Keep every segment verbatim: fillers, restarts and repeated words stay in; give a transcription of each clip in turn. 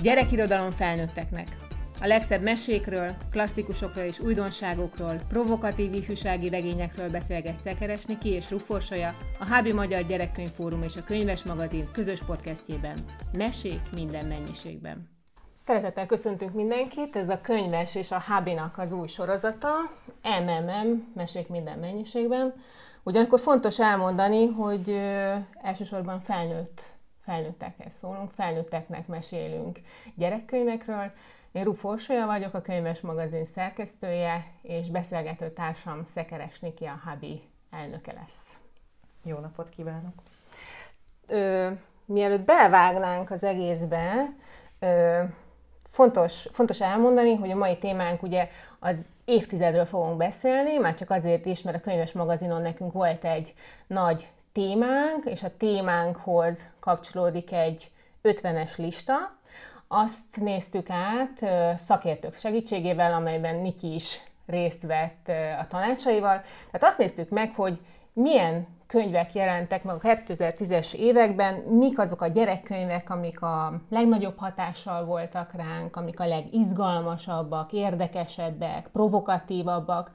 Gyerekirodalom felnőtteknek. A legszebb mesékről, klasszikusokról és újdonságokról, provokatív ifjúsági regényekről beszélget Szekeres Niki és Ruforsolya, a Hábi Magyar Gyerekkönyvfórum és a Könyves Magazin közös podcastjében. Mesék minden mennyiségben. Szeretettel köszöntünk mindenkit, ez a Könyves és a Hábinak az új sorozata, em em em, Mesék minden mennyiségben. Ugyanakkor fontos elmondani, hogy ö, elsősorban felnőtt, felnőttekhez szólunk, felnőtteknek mesélünk gyerekkönyvekről. Én Ruforsolya vagyok, a Könyves Magazin szerkesztője, és beszélgető társam Szekeres Niki, a Hábi elnöke lesz. Jó napot kívánok! Ö, mielőtt belevágnánk az egészbe, ö, fontos, fontos elmondani, hogy a mai témánk ugye az évtizedről fogunk beszélni, már csak azért is, mert a Könyves Magazinon nekünk volt egy nagy témánk, és a témánkhoz kapcsolódik egy ötvenes lista. Azt néztük át szakértők segítségével, amelyben Niki is részt vett a tanácsaival. Tehát azt néztük meg, hogy milyen könyvek jelentek meg a kétezer-tízes években, mik azok a gyerekkönyvek, amik a legnagyobb hatással voltak ránk, amik a legizgalmasabbak, érdekesebbek, provokatívabbak.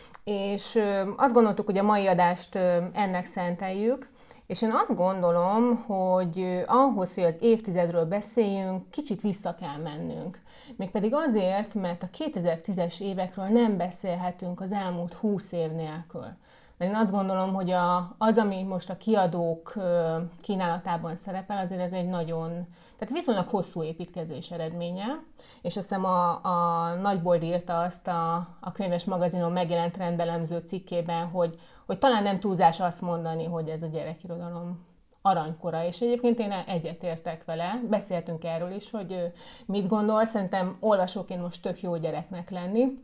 És azt gondoltuk, hogy a mai adást ennek szenteljük, és én azt gondolom, hogy ahhoz, hogy az évtizedről beszéljünk, kicsit vissza kell mennünk. Mégpedig azért, mert a kétezer-tízes évekről nem beszélhetünk az elmúlt húsz év nélkül. Mert én azt gondolom, hogy a, az, ami most a kiadók kínálatában szerepel, azért ez egy nagyon, tehát viszonylag hosszú építkezés eredménye, és azt hiszem a, a Nagybold írta azt a, a Könyves Magazinon megjelent rendelemző cikkében, hogy, hogy talán nem túlzás azt mondani, hogy ez a gyerekirodalom aranykora, és egyébként én egyetértek vele, beszéltünk erről is, hogy mit gondol, szerintem olvasóként most tök jó gyereknek lenni,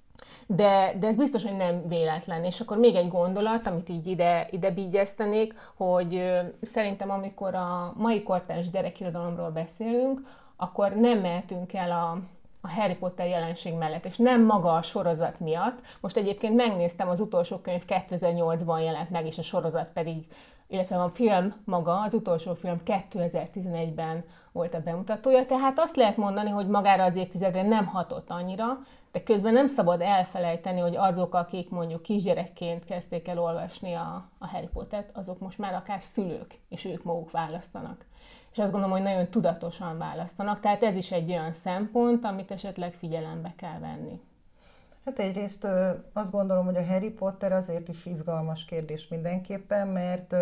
De, de ez biztos, hogy nem véletlen. És akkor még egy gondolat, amit így ide, ide bígyeztenék, hogy ö, szerintem amikor a mai kortárs gyerekirodalomról beszélünk, akkor nem mehetünk el a, a Harry Potter jelenség mellett, és nem maga a sorozat miatt. Most egyébként megnéztem, az utolsó könyv kétezer-nyolcban jelent meg, és a sorozat pedig, illetve a film maga, az utolsó film kétezer-tizenegyben volt a bemutatója, tehát azt lehet mondani, hogy magára az évtizedre nem hatott annyira, de közben nem szabad elfelejteni, hogy azok, akik mondjuk kisgyerekként kezdték el olvasni a, a Harry Pottert, azok most már akár szülők, és ők maguk választanak. És azt gondolom, hogy nagyon tudatosan választanak, tehát ez is egy olyan szempont, amit esetleg figyelembe kell venni. Hát egyrészt azt gondolom, hogy a Harry Potter azért is izgalmas kérdés mindenképpen, mert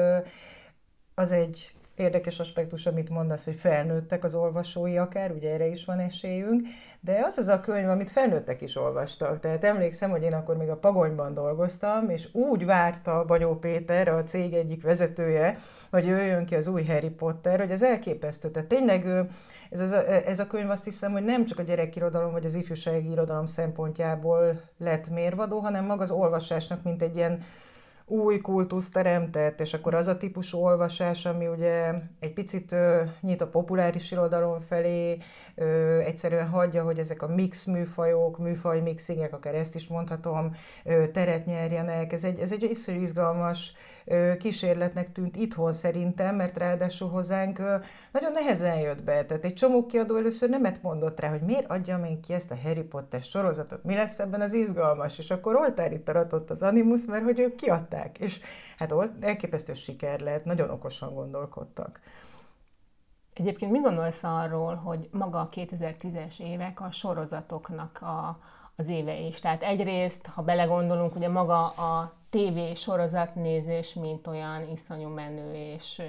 az egy érdekes aspektus, amit mondasz, hogy felnőttek az olvasói akár, ugye erre is van esélyünk, de az az a könyv, amit felnőttek is olvastak. Tehát emlékszem, hogy én akkor még a Pagonyban dolgoztam, és úgy várta Bagyó Péter, a cég egyik vezetője, hogy jöjjön ki az új Harry Potter, hogy ez elképesztő. Tehát tényleg ez, az a, ez a könyv, azt hiszem, hogy nem csak a gyerekirodalom vagy az ifjúsági irodalom szempontjából lett mérvadó, hanem maga az olvasásnak, mint egy ilyen új kultuszt teremtett, és akkor az a típusú olvasás, ami ugye egy picit ö, nyit a populáris irodalom felé, ö, egyszerűen hagyja, hogy ezek a mix műfajok, műfaj mixingek, akár ezt is mondhatom, ö, teret nyerjenek. Ez egy, ez egy iszonyú izgalmas ö, kísérletnek tűnt itthon szerintem, mert ráadásul hozzánk ö, nagyon nehezen jött be. Tehát egy csomó kiadó először nemet mondott rá, hogy miért adjam én ki ezt a Harry Potter sorozatot, mi lesz ebben az izgalmas, és akkor oltárit aratott az Animus, mert hogy ők kiadták. És hát elképesztő siker lett, nagyon okosan gondolkodtak. Egyébként mit gondolsz arról, hogy maga a kétezer-tízes évek a sorozatoknak a, az éve is? Tehát egyrészt, ha belegondolunk, ugye maga a tévé sorozatnézés, mint olyan iszonyú menő és,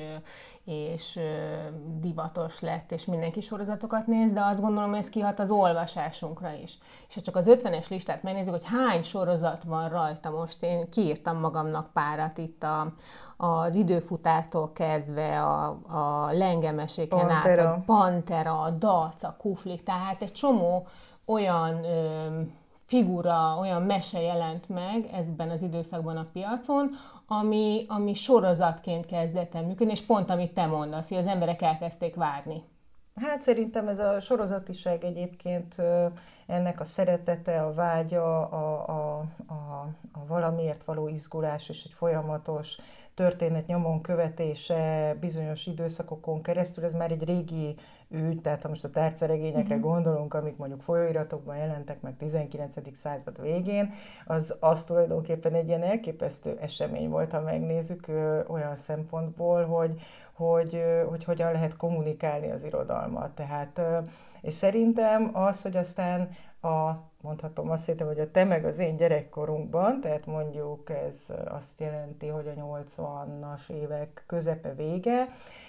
és divatos lett, és mindenki sorozatokat néz, de azt gondolom, hogy ez kihat az olvasásunkra is. És ha csak az ötvenes listát megnézzük, hogy hány sorozat van rajta, most én kiírtam magamnak párat itt a, az időfutártól kezdve a, a lengemeséken át, a Pantera, a Dac, a Kuflik, tehát egy csomó olyan ö, figura, olyan mese jelent meg ebben az időszakban a piacon, ami, ami sorozatként kezdett el működni, és pont amit te mondasz, hogy az emberek elkezdték várni. Hát szerintem ez a sorozatiság egyébként ennek a szeretete, a vágya, a, a, a, a valamiért való izgulás és egy folyamatos történet nyomon követése bizonyos időszakokon keresztül, ez már egy régi ügy, tehát ha most a tárcaregényekre uh-huh. gondolunk, amik mondjuk folyóiratokban jelentek meg tizenkilencedik század végén, az, az tulajdonképpen egy ilyen elképesztő esemény volt, ha megnézzük ö, olyan szempontból, hogy, hogy, ö, hogy hogyan lehet kommunikálni az irodalmat. Tehát, ö, és szerintem az, hogy aztán a, mondhatom azt hiszem, hogy a te meg az én gyerekkorunkban, tehát mondjuk ez azt jelenti, hogy a nyolcvanas évek közepe vége,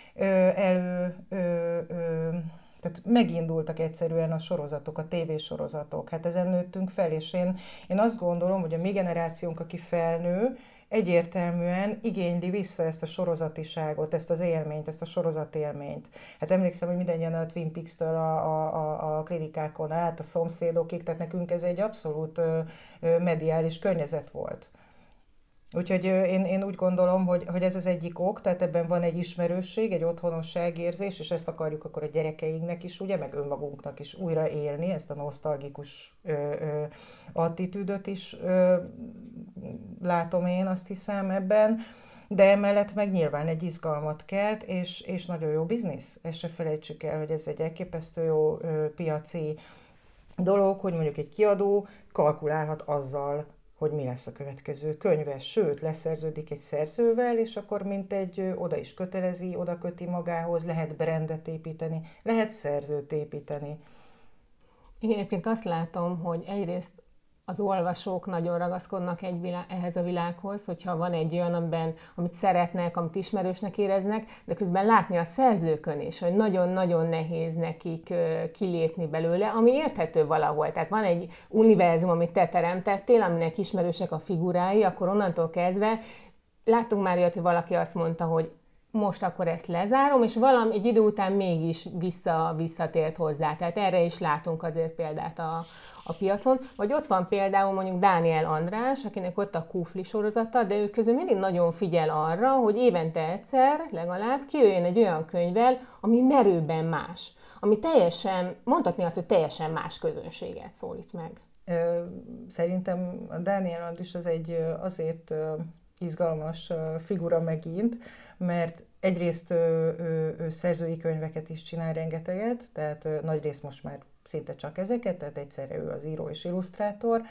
elő, ö, ö, tehát megindultak egyszerűen a sorozatok, a tévésorozatok. Hát ezen nőttünk fel, és én, én azt gondolom, hogy a mi generációnk, aki felnő, egyértelműen igényli vissza ezt a sorozatiságot, ezt az élményt, ezt a sorozatélményt. Hát emlékszem, hogy mindannyian a Twin Peaks-től a, a, a klinikákon át, a szomszédokig, tehát nekünk ez egy abszolút ö, ö, mediális környezet volt. Úgyhogy én, én úgy gondolom, hogy, hogy ez az egyik ok, tehát ebben van egy ismerősség, egy otthonosságérzés, és ezt akarjuk akkor a gyerekeinknek is, ugye, meg önmagunknak is újra élni, ezt a nosztalgikus ö, ö, attitűdöt is ö, látom én, azt hiszem ebben, de emellett meg nyilván egy izgalmat kelt, és, és nagyon jó biznisz. Ezt se felejtsük el, hogy ez egy elképesztő jó ö, piaci dolog, hogy mondjuk egy kiadó kalkulálhat azzal, hogy mi lesz a következő könyve, sőt, leszerződik egy szerzővel, és akkor mint egy oda is kötelezi, oda köti magához, lehet brandet építeni, lehet szerzőt építeni. Én egyébként azt látom, hogy egyrészt az olvasók nagyon ragaszkodnak egy világ, ehhez a világhoz, hogyha van egy olyan, amiben, amit szeretnek, amit ismerősnek éreznek, de közben látni a szerzőkön is, hogy nagyon-nagyon nehéz nekik kilépni belőle, ami érthető valahol. Tehát van egy univerzum, amit te teremtettél, aminek ismerősek a figurái, akkor onnantól kezdve láttunk már ilyet, hogy valaki azt mondta, hogy most akkor ezt lezárom, és valami egy idő után mégis vissza, visszatért hozzá. Tehát erre is látunk azért példát a, a piacon. Vagy ott van például mondjuk Dániel András, akinek ott a Kufli sorozata, de ő közül mindig nagyon figyel arra, hogy évente egyszer legalább kijöjjön egy olyan könyvvel, ami merőben más. Ami teljesen, mondhatni azt, hogy teljesen más közönséget szólít meg. Szerintem a Dániel András az egy azért izgalmas figura megint, mert egyrészt ő, ő, ő szerzői könyveket is csinál rengeteget, tehát nagyrészt most már szinte csak ezeket, tehát egyszerre ő az író és illusztrátor,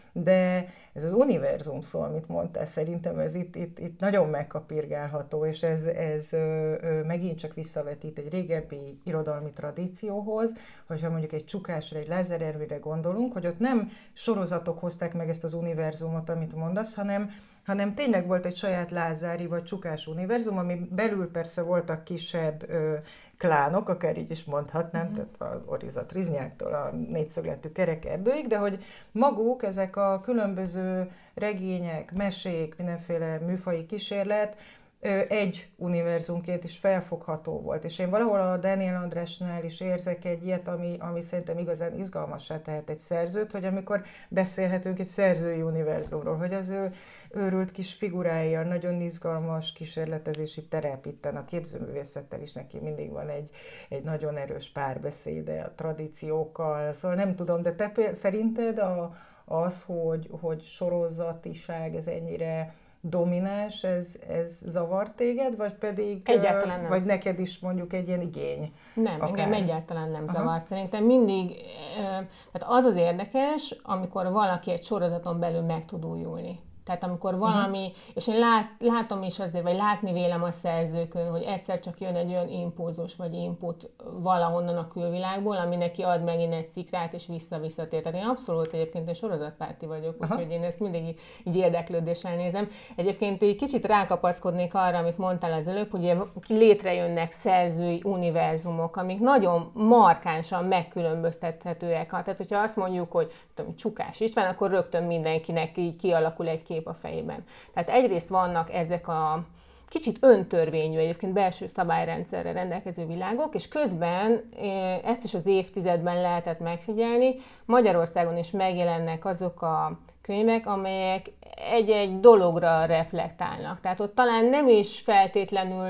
de ez az univerzum szó, amit mondtál, szerintem ez itt, itt, itt nagyon megkapirgálható, és ez, ez ö, ö, megint csak visszavetít egy régebbi irodalmi tradícióhoz, hogyha mondjuk egy Csukásra, egy Lázár Ervére gondolunk, hogy ott nem sorozatok hozták meg ezt az univerzumot, amit mondasz, hanem hanem tényleg volt egy saját Lázári vagy Csukás univerzum, ami belül persze voltak kisebb ö, klánok, akár így is mondhatnám, mm-hmm. tehát az Oriza Triznyáktól a négyszögletű kerekerdőig, de hogy maguk, ezek a különböző regények, mesék, mindenféle műfaji kísérlet ö, egy univerzumként is felfogható volt. És én valahol a Dániel Andrásnál is érzek egy ilyet, ami, ami szerintem igazán izgalmassá tehet egy szerzőt, hogy amikor beszélhetünk egy szerzői univerzumról, hogy az ő őrült kis figurája, nagyon izgalmas kísérletezési terep itten a képzőművészettel is, neki mindig van egy, egy nagyon erős párbeszéde a tradíciókkal, szóval nem tudom, de te szerinted a, az, hogy, hogy sorozatiság ez ennyire domináns, ez, ez zavar téged, vagy pedig, egyáltalán nem. Vagy neked is mondjuk egy ilyen igény? Nem, akár. Engem egyáltalán nem zavart. Szerintem mindig, tehát az az érdekes, amikor valaki egy sorozaton belül meg tud újulni. Tehát amikor valami, uh-huh. és én lát, látom is azért, vagy látni vélem a szerzőkön, hogy egyszer csak jön egy olyan impulzus, vagy input valahonnan a külvilágból, ami neki ad megint egy szikrát, és vissza-visszatér. Tehát én abszolút egyébként egy sorozatpárti vagyok, uh-huh. úgyhogy én ezt mindig így, így érdeklődéssel nézem. Egyébként egy kicsit rákapaszkodnék arra, amit mondtál az előbb, hogy létrejönnek szerzői univerzumok, amik nagyon markánsan megkülönböztethetőek. Tehát, hogyha azt mondjuk, hogy tudom, Csukás István, akkor rögtön mindenkinek így kialakul egy kép a fejében. Tehát egyrészt vannak ezek a kicsit öntörvényű, egyébként belső szabályrendszerre rendelkező világok, és közben ezt is az évtizedben lehetett megfigyelni, Magyarországon is megjelennek azok a könyvek, amelyek egy-egy dologra reflektálnak. Tehát ott talán nem is feltétlenül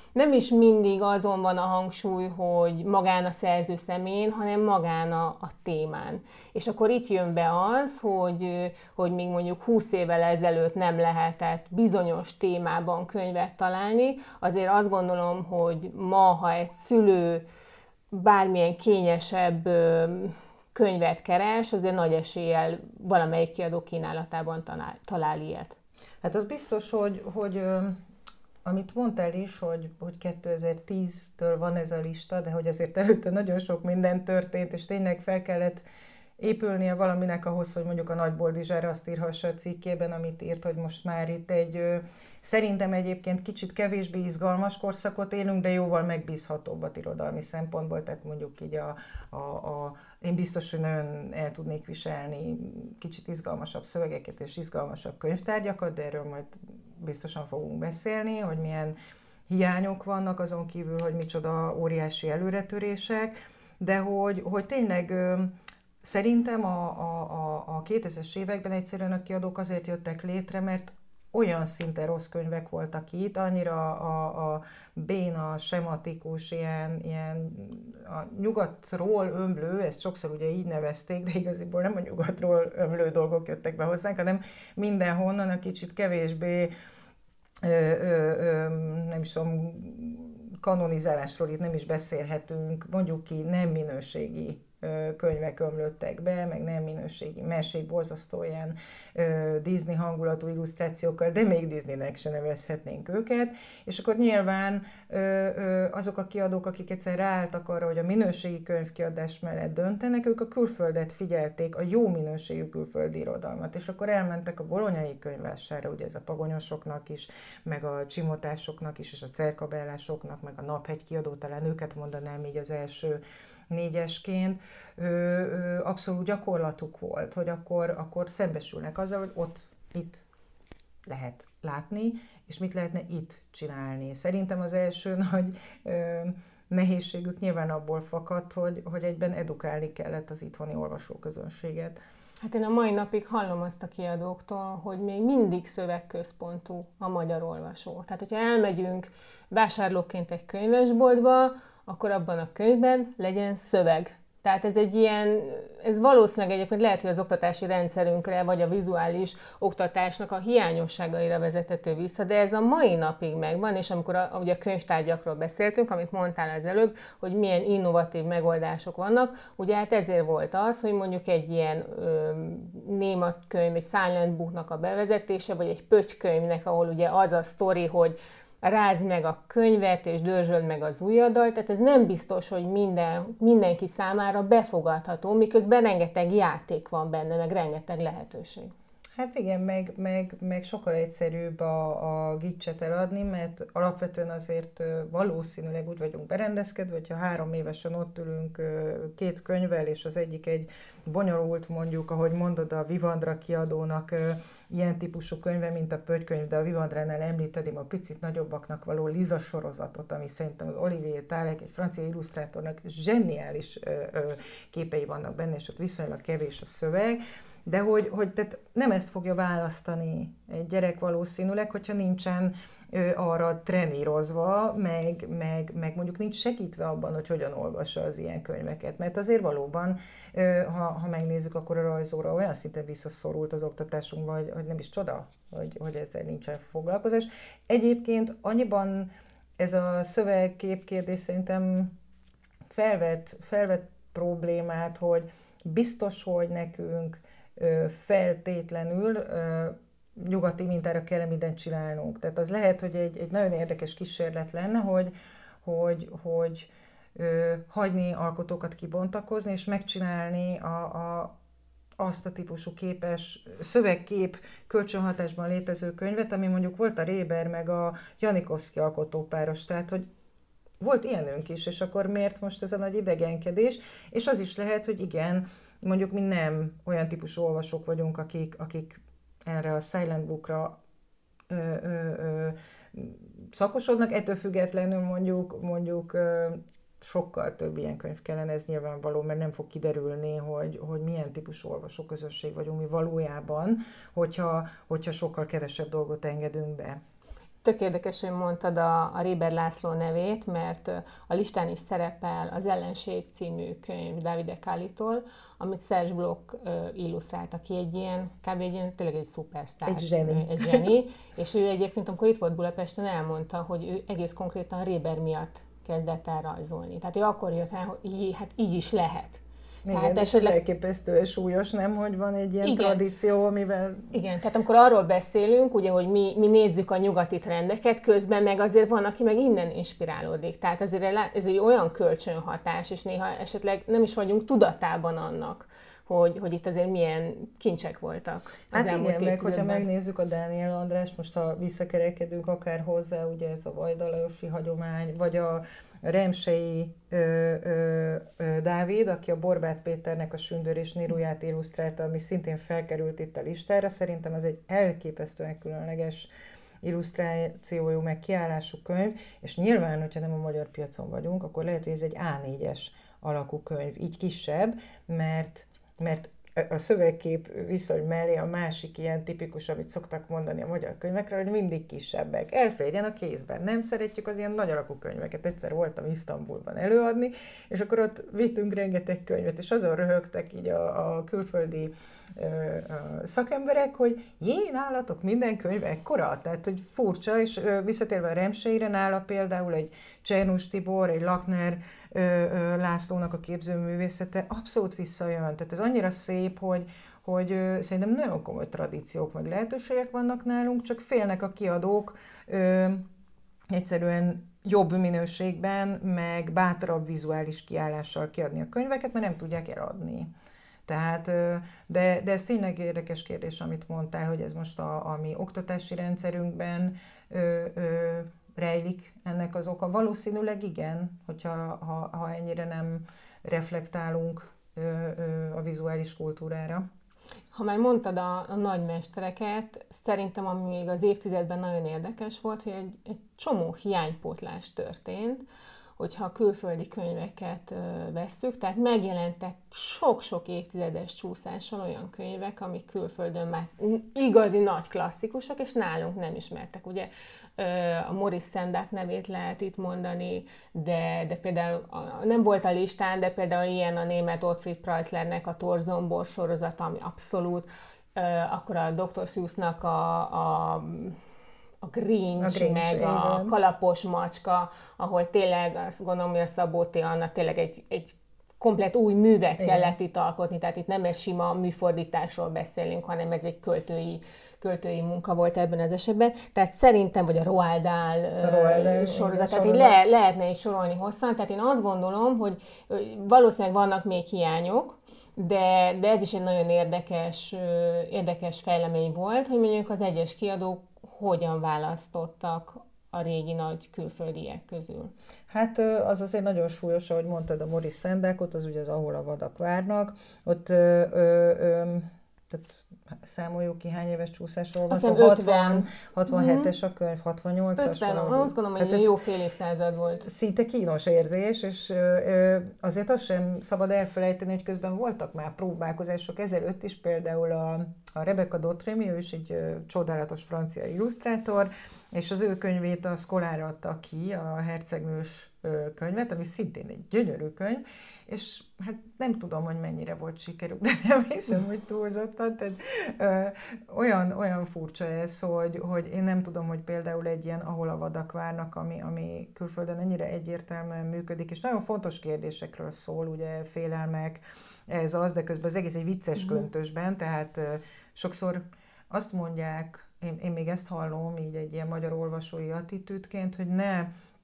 nem is mindig azon van a hangsúly, hogy magán a szerző szemén, hanem magán a, a témán. És akkor itt jön be az, hogy, hogy még mondjuk húsz évvel ezelőtt nem lehetett bizonyos témában könyvet találni, azért azt gondolom, hogy ma, ha egy szülő bármilyen kényesebb könyvet keres, azért nagy eséllyel valamelyik kiadó kínálatában talál, talál ilyet. Hát az biztos, hogy, hogy amit mondtál is, hogy, hogy kétezer-tíztől van ez a lista, de hogy azért előtte nagyon sok minden történt, és tényleg fel kellett épülnie valaminek ahhoz, hogy mondjuk a Nagy Boldizsár azt írhassa a cikkében, amit írt, hogy most már itt egy szerintem egyébként kicsit kevésbé izgalmas korszakot élünk, de jóval megbízhatóbbat irodalmi szempontból, tehát mondjuk így a, a, a én biztos, hogy nagyon el tudnék viselni kicsit izgalmasabb szövegeket és izgalmasabb könyvtárgyakat, de erről majd biztosan fogunk beszélni, hogy milyen hiányok vannak, azon kívül, hogy micsoda óriási előretörések, de hogy, hogy tényleg szerintem a, a, a kétezres években egyszerűen a kiadók azért jöttek létre, mert olyan szinte rossz könyvek voltak itt, annyira a, a béna, sematikus, ilyen, ilyen a nyugatról ömlő, ezt sokszor ugye így nevezték, de igaziból nem a nyugatról ömlő dolgok jöttek be hozzánk, hanem mindenhonnan a kicsit kevésbé, ö, ö, ö, nem is tudom, kanonizálásról itt nem is beszélhetünk, mondjuk ki nem minőségi könyvek ömlöttek be, meg nem minőségi mesék, borzasztó ilyen ö, Disney hangulatú illusztrációkkal, de még Disneynek se nevezhetnénk őket, és akkor nyilván ö, ö, azok a kiadók, akik egyszer ráálltak arra, hogy a minőségi könyvkiadás mellett döntenek, ők a külföldet figyelték, a jó minőségű külföldi irodalmat, és akkor elmentek a bolonyai könyvvásárra, ugye ez a pagonyosoknak is, meg a csimotásoknak is, és a cerkabellásoknak, meg a Naphegy kiadó, talán őket mondanám így az első négyesként, ö, ö, abszolút gyakorlatuk volt, hogy akkor, akkor szembesülnek azzal, hogy ott, itt lehet látni, és mit lehetne itt csinálni. Szerintem az első nagy ö, nehézségük nyilván abból fakadt, hogy, hogy egyben edukálni kellett az itthoni olvasóközönséget. Hát én a mai napig hallom azt a kiadóktól, hogy még mindig szövegközpontú a magyar olvasó. Tehát, hogyha elmegyünk vásárlóként egy könyvesboltba, akkor abban a könyvben legyen szöveg. Tehát ez egy ilyen, ez valószínűleg egyébként lehet, hogy az oktatási rendszerünkre, vagy a vizuális oktatásnak a hiányosságaira vezethető vissza, de ez a mai napig megvan, és amikor a, ugye a könyvtárgyakról beszéltünk, amit mondtál az előbb, hogy milyen innovatív megoldások vannak, ugye hát ezért volt az, hogy mondjuk egy ilyen ö, néma könyv, egy silent booknak a bevezetése, vagy egy pöttykönyvnek, ahol ugye az a sztori, hogy rázd meg a könyvet, és dörzsöld meg az ujjaddal, tehát ez nem biztos, hogy minden, mindenki számára befogadható, miközben rengeteg játék van benne, meg rengeteg lehetőség. Hát igen, meg, meg, meg sokkal egyszerűbb a, a gicset eladni, mert alapvetően azért valószínűleg úgy vagyunk berendezkedve, hogyha három évesen ott ülünk két könyvvel, és az egyik egy bonyolult, mondjuk, ahogy mondod, a Vivandra kiadónak ilyen típusú könyve, mint a Pöttykönyv, de a Vivandránál említedim a picit nagyobbaknak való Liza sorozatot, ami szerintem az Olivier Tálek, egy francia illusztrátornak zseniális képei vannak benne, és ott viszonylag kevés a szöveg. De hogy, hogy tehát nem ezt fogja választani egy gyerek valószínűleg, hogyha nincsen ö, arra trenírozva, meg, meg, meg mondjuk nincs segítve abban, hogy hogyan olvassa az ilyen könyveket. Mert azért valóban, ö, ha, ha megnézzük, akkor a rajzóra olyan szinten visszaszorult az oktatásunkban, hogy, hogy nem is csoda, hogy, hogy ezzel nincsen foglalkozás. Egyébként annyiban ez a szöveg-kép kérdés szerintem felvet, felvet problémát, hogy biztos, hogy nekünk feltétlenül nyugati mintára kell mindent csinálnunk. Tehát az lehet, hogy egy, egy nagyon érdekes kísérlet lenne, hogy, hogy, hogy ö, hagyni alkotókat kibontakozni, és megcsinálni a, a, azt a típusú képes, szövegkép kölcsönhatásban létező könyvet, ami mondjuk volt a Réber meg a Janikovszky alkotópáros, tehát hogy volt ilyenünk is, és akkor miért most ez a nagy idegenkedés? És az is lehet, hogy igen, mondjuk mi nem olyan típusú olvasók vagyunk, akik, akik erre a silent bookra ö, ö, ö, szakosodnak, ettől függetlenül mondjuk, mondjuk ö, sokkal több ilyen könyv kellene, ez nyilvánvaló, mert nem fog kiderülni, hogy, hogy milyen típusú olvasóközösség vagyunk mi valójában, hogyha, hogyha sokkal kevesebb dolgot engedünk be. Tök érdekes, hogy mondtad a, a Réber László nevét, mert a listán is szerepel az Ellenség című könyv Davide Cali-tól, amit Serge Bloch uh, illusztrálta ki, egy ilyen, kb. Egy ilyen, tényleg egy szupersztár. Egy zseni. Egy zseni. És ő egyébként, amikor itt volt Budapesten, elmondta, hogy ő egész konkrétan Réber miatt kezdett el rajzolni. Tehát ő akkor jött el, hogy így, hát így is lehet. Igen, tehát esetleg... ez elképesztően súlyos, nem, hogy van egy ilyen igen. tradíció, amivel... Igen, tehát amikor arról beszélünk, ugye, hogy mi, mi nézzük a nyugati trendeket, közben meg azért van, aki meg innen inspirálódik. Tehát azért ez egy olyan kölcsönhatás, és néha esetleg nem is vagyunk tudatában annak, hogy, hogy itt azért milyen kincsek voltak. Hát igen, meg hogyha megnézzük a Dániel András, most ha visszakerekedünk akár hozzá, ugye ez a Vajda Lajosi hagyomány, vagy a Remsei ö, ö, ö, Dávid, aki a Borbáth Péternek a Sündör és Néruját illusztrálta, ami szintén felkerült itt a listára. Szerintem ez egy elképesztően különleges illusztrációjú, meg kiállású könyv, és nyilván, hogyha nem a magyar piacon vagyunk, akkor lehet, hogy ez egy á négyes alakú könyv, így kisebb, mert, mert a szövegkép viszony mellé a másik ilyen tipikus, amit szoktak mondani a magyar könyvekről, hogy mindig kisebbek. Elférjen a kézben. Nem szeretjük az ilyen nagy alakú könyveket. Egyszer voltam Isztambulban előadni, és akkor ott vittünk rengeteg könyvet, és azon röhögtek így a, a külföldi ö, a szakemberek, hogy jé, nálatok minden könyv ekkora. Tehát, hogy furcsa, és ö, visszatérve a Remseire, nála például egy Csernus Tibor, egy Lakner ö, ö, Lászlónak a képzőművészete abszolút visszajön. Tehát ez annyira szép, hogy, hogy ö, szerintem nagyon komoly tradíciók, meg lehetőségek vannak nálunk, csak félnek a kiadók ö, egyszerűen jobb minőségben, meg bátrabb vizuális kiállással kiadni a könyveket, mert nem tudják eladni. Tehát, de, de ez tényleg érdekes kérdés, amit mondtál, hogy ez most a, a mi oktatási rendszerünkben ö, ö, rejlik ennek az oka. Valószínűleg igen, hogyha ha, ha ennyire nem reflektálunk ö, ö, a vizuális kultúrára. Ha már mondtad a, a nagymestereket, szerintem ami még az évtizedben nagyon érdekes volt, hogy egy, egy csomó hiánypótlás történt, hogyha a külföldi könyveket ö, vesszük, tehát megjelentek sok-sok évtizedes csúszással olyan könyvek, amik külföldön már igazi nagy klasszikusok, és nálunk nem ismertek. Ugye ö, a Maurice Sendak nevét lehet itt mondani, de, de például a, nem volt a listán, de például ilyen a német Ottfried Preisslernek a Torzombor sorozata, ami abszolút, ö, akkor a doktor Seussnak a, a a Grinch, a Grinch meg igen. A Kalapos macska, ahol tényleg azt gondolom, hogy a Szabó T. Anna tényleg egy, egy komplett új művet igen. kellett itt alkotni, tehát itt nem egy sima műfordításról beszélünk, hanem ez egy költői, költői munka volt ebben az esetben. Tehát szerintem, vagy a Roald Dahl sorozat, tehát így le, lehetne is sorolni hosszan, tehát én azt gondolom, hogy valószínűleg vannak még hiányok, de, de ez is egy nagyon érdekes, érdekes fejlemény volt, hogy mondjuk az egyes kiadók hogyan választottak a régi nagy külföldiek közül? Hát az azért nagyon súlyos, ahogy mondtad, a Maurice Sendakot, az ugye az Ahol a vadak várnak. Ott ö, ö, ö, tehát számoljuk ki, hány éves csúszásról van szó. hatvan, hatvanhetes a könyv, hatvannyolcas. ötven, azt gondolom, hogy egy jó fél évszázad volt. Szinte kínos érzés, és ö, azért azt sem szabad elfelejteni, hogy közben voltak már próbálkozások ezelőtt is, például a, a Rebecca Dautremy, ő is egy ö, csodálatos francia illusztrátor, és az ő könyvét a Scholar adta ki, a Hercegnős ö, könyvet, ami szintén egy gyönyörű könyv, és hát nem tudom, hogy mennyire volt sikerű, de nem hiszem, hogy túlzottan. Tehát, ö, olyan, olyan furcsa ez, hogy, hogy én nem tudom, hogy például egy ilyen Ahol a vadak várnak, ami, ami külföldön ennyire egyértelműen működik, és nagyon fontos kérdésekről szól, ugye félelmek, ez az, de közben az egész egy vicces köntösben, tehát ö, sokszor azt mondják, én, én még ezt hallom így egy ilyen magyar olvasói attitűdként, hogy ne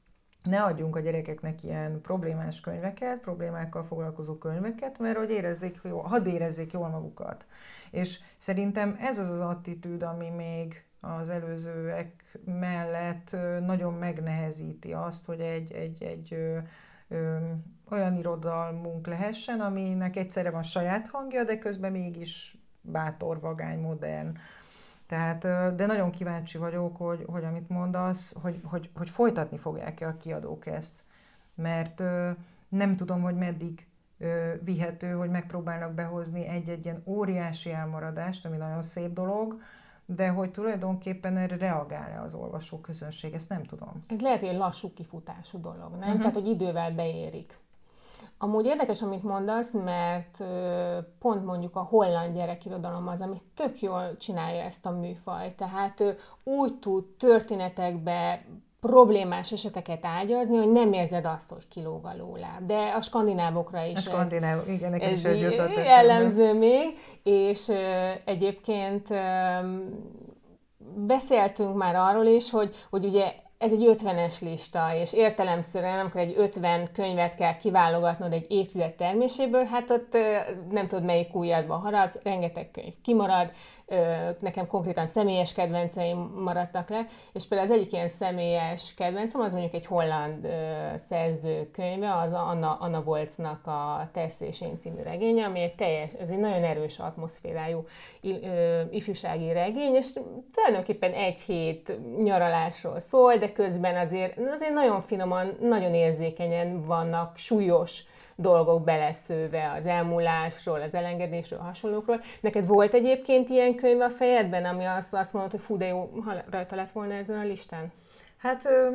ne adjunk a gyerekeknek ilyen problémás könyveket, problémákkal foglalkozó könyveket, mert hogy érezzék jól, hadd érezzék jól magukat. És szerintem ez az az attitűd, ami még az előzőek mellett nagyon megnehezíti azt, hogy egy, egy, egy ö, ö, olyan irodalmunk lehessen, aminek egyszerre van saját hangja, de közben mégis bátor, vagány, modern. Tehát, de nagyon kíváncsi vagyok, hogy, hogy amit mondasz, hogy, hogy, hogy folytatni fogják-e a kiadók ezt. Mert nem tudom, hogy meddig vihető, hogy megpróbálnak behozni egy-egy ilyen óriási elmaradást, ami nagyon szép dolog, de hogy tulajdonképpen erre reagál-e az olvasóközönség, ezt nem tudom. Ez lehet, hogy egy lassú kifutású dolog, nem? Uh-huh. Tehát, hogy idővel beérik. Amúgy érdekes, amit mondasz, mert pont mondjuk a holland gyerekirodalom az, ami tök jól csinálja ezt a műfajt. Tehát úgy tud történetekbe problémás eseteket ágyazni, hogy nem érzed azt, hogy kilóg a lóláb. De a skandinávokra is a skandináv, ez, igen, nekem ez, is ez jutott eszembe. Jellemző még, és egyébként beszéltünk már arról is, hogy, hogy ugye ez egy ötvenes lista, és értelemszerűen, amikor egy ötven könyvet kell kiválogatnod egy évtized terméséből, hát ott nem tudod, melyik ujjadba harap, rengeteg könyv kimarad, nekem konkrétan személyes kedvenceim maradtak le, és például az egyik ilyen személyes kedvencem, az mondjuk egy holland szerző könyve, az Anna, Anna Woltznak a Tess és én című regénye, ami egy teljes, ez egy nagyon erős atmoszférájú ifjúsági regény, és tulajdonképpen egy hét nyaralásról szól, de közben azért, azért nagyon finoman, nagyon érzékenyen vannak súlyos dolgok beleszőve az elmúlásról, az elengedésről, hasonlókról. Neked volt egyébként ilyen könyv a fejedben, ami azt, azt mondod, hogy fú, de jó, ha rajta lett volna ezen a listán? Hát ö,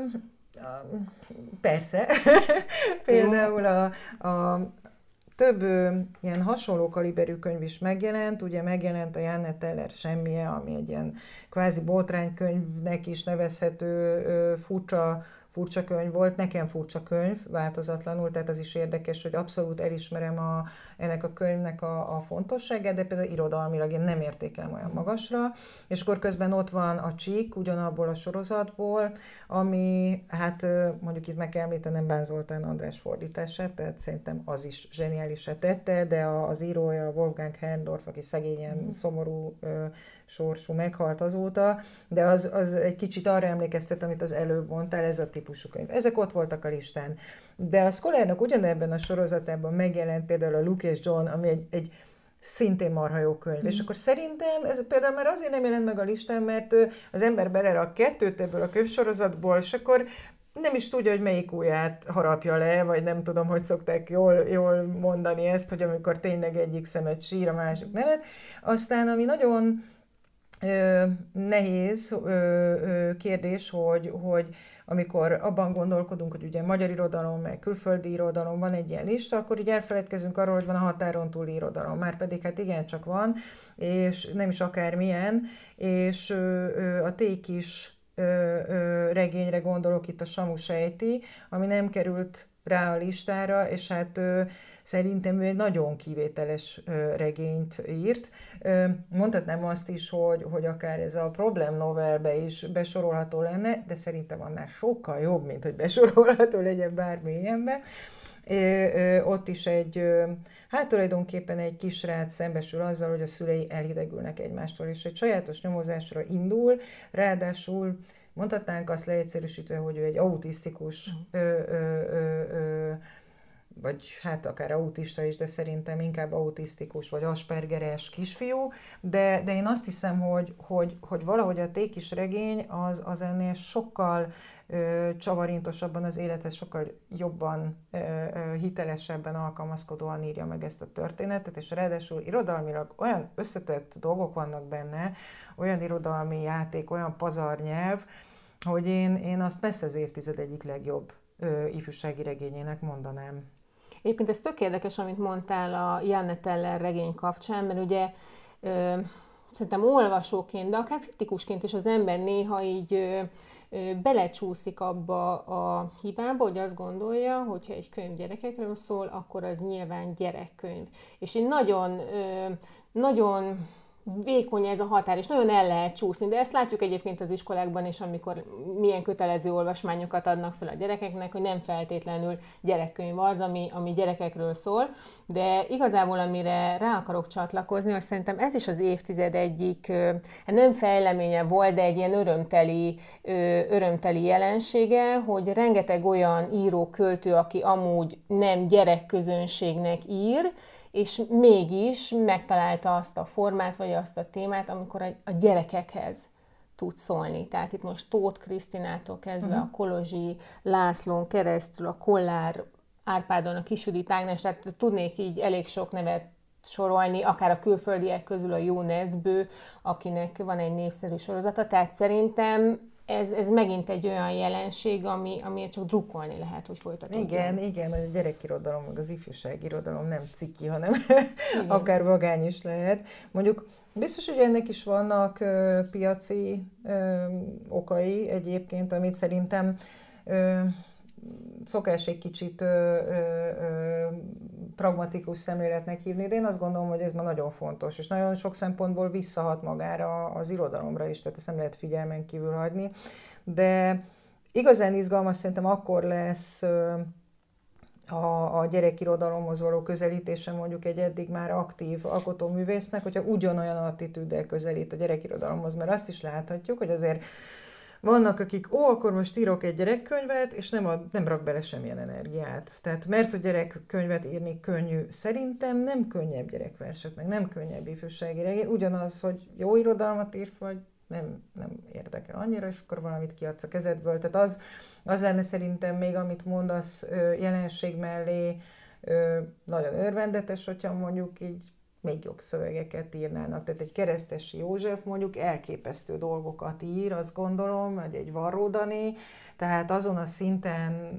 persze. Például a, a több ö, ilyen hasonló kaliberű könyv is megjelent. Ugye megjelent a Janne Teller Semmije, ami egy ilyen kvázi botránykönyvnek is nevezhető ö, furcsa furcsa könyv volt, nekem furcsa könyv, változatlanul, tehát az is érdekes, hogy abszolút elismerem a, ennek a könyvnek a, a fontosságát, de például irodalmilag én nem értékelem olyan magasra, és akkor közben ott van a Csík, ugyanabból a sorozatból, ami, hát mondjuk itt meg kell említenem Bán Zoltán András fordítását, tehát szerintem az is zseniálisra tette, de az írója Wolfgang Herrndorf, aki szegényen mm. szomorú ö, sorsú, meghalt azóta, de az, az egy kicsit arra emlékeztet, amit az előbb mondtál, ez a típusú könyv. Ezek ott voltak a listán. De a Scholarnak ugyanebben a sorozatában megjelent például a Luke és John, ami egy, egy szintén marha jó könyv. Mm. És akkor szerintem ez például már azért nem jelent meg a listán, mert az ember belerak kettőt ebből a könyvsorozatból, és akkor nem is tudja, hogy melyik ujját harapja le, vagy nem tudom, hogy szokták jól, jól mondani ezt, hogy amikor tényleg egyik szemet sír, a másik nevet. Aztán, ami nagyon ö, nehéz ö, ö, kérdés, hogy, hogy amikor abban gondolkodunk, hogy ugye magyar irodalom, meg külföldi irodalom, van egy ilyen lista, akkor így elfeledkezünk arról, hogy van a határon túli irodalom. Márpedig hát igencsak van, és nem is akármilyen, és ö, ö, a Ték is ö, ö, regényre gondolok, itt a Samu sejti, ami nem került rá a listára, és hát ö, szerintem ő egy nagyon kivételes ö, regényt írt. Ö, mondhatnám azt is, hogy, hogy akár ez a problem novelbe is besorolható lenne, de szerintem annál sokkal jobb, mint hogy besorolható legyen bármilyenbe. Ö, ö, ott is egy, ö, hát tulajdonképpen egy kisrác szembesül azzal, hogy a szülei elhidegülnek egymástól, és egy sajátos nyomozásra indul, ráadásul mondhatnánk azt leegyszerűsítve, hogy ő egy autisztikus ö, ö, ö, ö, vagy hát akár autista is, de szerintem inkább autisztikus, vagy aspergeres kisfiú, de, de én azt hiszem, hogy, hogy, hogy valahogy a Ték is regény az, az ennél sokkal ö, csavarintosabban az élethez, sokkal jobban, ö, ö, hitelesebben alkalmazkodóan írja meg ezt a történetet, és ráadásul irodalmilag olyan összetett dolgok vannak benne, olyan irodalmi játék, olyan pazarnyelv, hogy én, én azt messze az évtized egyik legjobb ö, ifjúsági regényének mondanám. Egyébként ez tök érdekes, amit mondtál a Janne Teller regény kapcsán, mert ugye ö, szerintem olvasóként, de akár kritikusként is az ember néha így ö, ö, belecsúszik abba a hibába, hogy azt gondolja, hogyha egy könyv gyerekekről szól, akkor az nyilván gyerekkönyv. És így nagyon, ö, nagyon vékony ez a határ, és nagyon el lehet csúszni, de ezt látjuk egyébként az iskolákban is, amikor milyen kötelező olvasmányokat adnak fel a gyerekeknek, hogy nem feltétlenül gyerekkönyv az, ami, ami gyerekekről szól, de igazából amire rá akarok csatlakozni, azt szerintem ez is az évtized egyik, nem fejleménye volt, de egy ilyen örömteli, örömteli jelensége, hogy rengeteg olyan író, költő, aki amúgy nem gyerekközönségnek ír, és mégis megtalálta azt a formát, vagy azt a témát, amikor a gyerekekhez tud szólni. Tehát itt most Tóth Krisztinától kezdve uh-huh. a Kolozsi Lászlón keresztül, a Kollár Árpádon, a Kis Judit Ágnes, tehát tudnék így elég sok nevet sorolni, akár a külföldiek közül a Jó Nesbő, akinek van egy népszerű sorozata, tehát szerintem ez, ez megint egy olyan jelenség, ami, amiért csak drukkolni lehet, hogy folytatódjon. Igen, igen, hogy a gyerekirodalom, meg az ifjúságirodalom nem ciki, hanem akár vagány is lehet. Mondjuk biztos, hogy ennek is vannak ö, piaci ö, okai egyébként, amit szerintem ö, szokás egy kicsit ö, ö, ö, pragmatikus szemléletnek hívni, de én azt gondolom, hogy ez ma nagyon fontos, és nagyon sok szempontból visszahat magára az irodalomra is, tehát ezt nem lehet figyelmen kívül hagyni. De igazán izgalmas szerintem akkor lesz ö, a, a gyerekirodalomhoz való közelítése mondjuk egy eddig már aktív alkotóművésznek, hogyha ugyanolyan attitűddel közelít a gyerekirodalomhoz, mert azt is láthatjuk, hogy azért vannak, akik, ó, akkor most írok egy gyerekkönyvet, és nem, ad, nem rak bele semmilyen energiát. Tehát mert hogy gyerekkönyvet írni könnyű, szerintem nem könnyebb gyerekverset, meg nem könnyebb ifjúsági regény. Ugyanaz, hogy jó irodalmat írsz, vagy nem, nem érdekel annyira, és akkor valamit kiadsz a kezedből. Tehát az, az lenne szerintem még, amit mondasz jelenség mellé, nagyon örvendetes, hogyha mondjuk így még jobb szövegeket írnának. Tehát egy Keresztesi József mondjuk elképesztő dolgokat ír, azt gondolom, hogy egy Varró Dani, tehát azon a szinten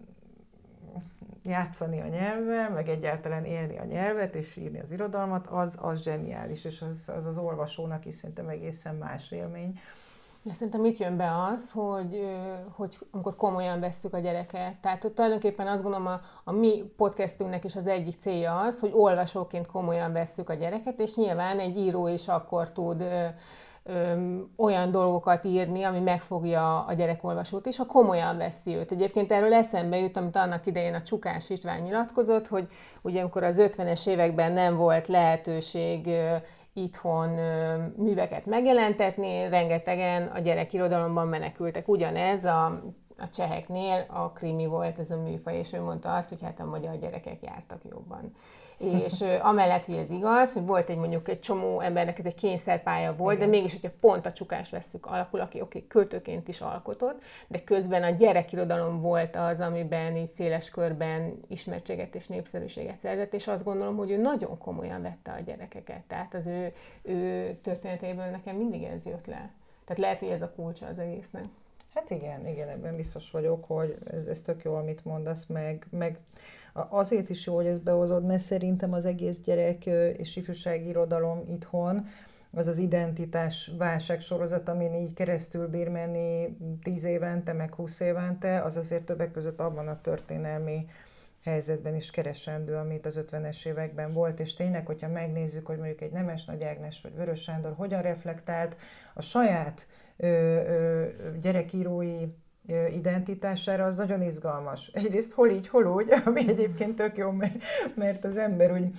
játszani a nyelvvel, meg egyáltalán élni a nyelvet, és írni az irodalmat, az, az zseniális, és az, az az olvasónak is szerintem egészen más élmény. De szerintem itt jön be az, hogy, hogy amikor komolyan vesszük a gyereket. Tehát hogy tulajdonképpen azt gondolom, a, a mi podcastünknek is az egyik célja az, hogy olvasóként komolyan vesszük a gyereket, és nyilván egy író is akkor tud ö, ö, olyan dolgokat írni, ami megfogja a gyerekolvasót is, ha komolyan veszi őt. Egyébként erről eszembe jut, amit annak idején a Csukás István nyilatkozott, hogy ugye amikor az ötvenes években nem volt lehetőség ö, itthon ö, műveket megjelentetni, rengetegen a gyerekirodalomban menekültek. Ugyanez a, a cseheknél a krimi volt ez a műfaj, és ő mondta azt, hogy hát a magyar gyerekek jártak jobban. És ö, amellett, hogy ez igaz, hogy volt egy mondjuk egy csomó embernek ez egy kényszerpálya volt, igen, de mégis, hogyha pont a Csukás vesszük alapul, aki oké, költőként is alkotott, de közben a gyerekirodalom volt az, amiben így széles körben ismertséget és népszerűséget szerzett, és azt gondolom, hogy ő nagyon komolyan vette a gyerekeket. Tehát az ő, ő történeteiből nekem mindig ez jött le. Tehát lehet, hogy ez a kulcsa az egésznek. Hát igen, igen, ebben biztos vagyok, hogy ez, ez tök jó, amit mondasz, meg, meg azért is jó, hogy ezt behozod, mert szerintem az egész gyerek és ifjúsági irodalom itthon, az az identitás válság sorozat, amin így keresztül bír menni tíz évente, meg húsz évente, az azért többek között abban a történelmi helyzetben is keresendő, amit az ötvenes években volt, és tényleg, hogyha megnézzük, hogy mondjuk egy Nemes Nagy Ágnes vagy Vörös Sándor hogyan reflektált a saját ö, ö, gyerekírói identitására, az nagyon izgalmas. Egyrészt hol így, hol úgy, ami egyébként tök jó, mert, mert az ember úgy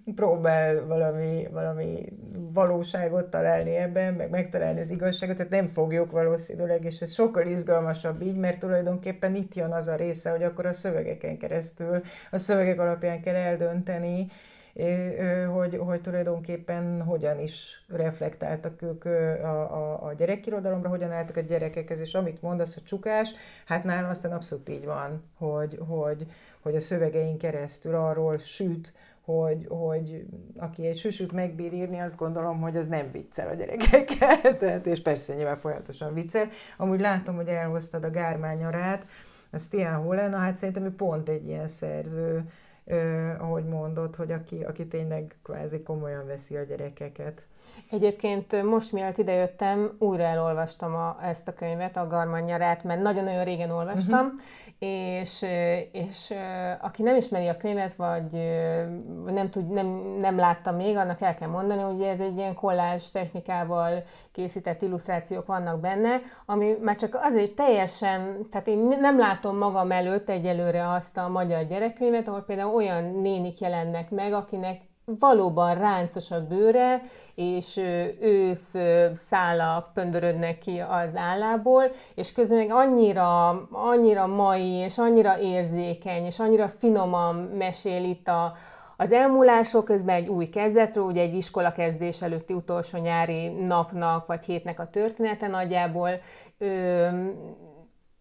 próbál valami, valami valóságot találni ebben, meg megtalálni az igazságot, tehát nem fogjuk valószínűleg, és ez sokkal izgalmasabb így, mert tulajdonképpen itt jön az a része, hogy akkor a szövegeken keresztül, a szövegek alapján kell eldönteni, hogy, hogy tulajdonképpen hogyan is reflektáltak ők a, a, a gyerekirodalomra, hogyan álltak a gyerekekhez, és amit mondasz, a Csukás, hát nálam aztán abszolút így van, hogy, hogy, hogy a szövegein keresztül arról süt, hogy, hogy aki egy süsüt megbír írni, azt gondolom, hogy az nem viccel a gyerekekkel, tehát, és persze nyilván folyamatosan viccel. Amúgy látom, hogy elhoztad a Gármányarát, a Stian Holland, hát szerintem ő pont egy ilyen szerző, Uh, ahogy mondod, hogy aki, aki tényleg kvázi komolyan veszi a gyerekeket. Egyébként most mielőtt idejöttem, újra elolvastam a, ezt a könyvet, a Garmanyarát, mert nagyon-nagyon régen olvastam, uh-huh. és, és aki nem ismeri a könyvet, vagy nem, tud, nem, nem látta még, annak el kell mondani, hogy ez egy ilyen kollázs technikával készített illusztrációk vannak benne, ami már csak azért teljesen, tehát én nem látom magam előtt egyelőre azt a magyar gyerekkönyvet, ahol például olyan nénik jelennek meg, akinek valóban ráncos a bőre, és ősz szálak pöndörödnek ki az állából, és közben meg annyira, annyira mai, és annyira érzékeny, és annyira finoman mesél itt a, az elmúlásról, közben egy új kezdetről, ugye egy iskolakezdés előtti utolsó nyári napnak, vagy hétnek a története nagyjából. Ö,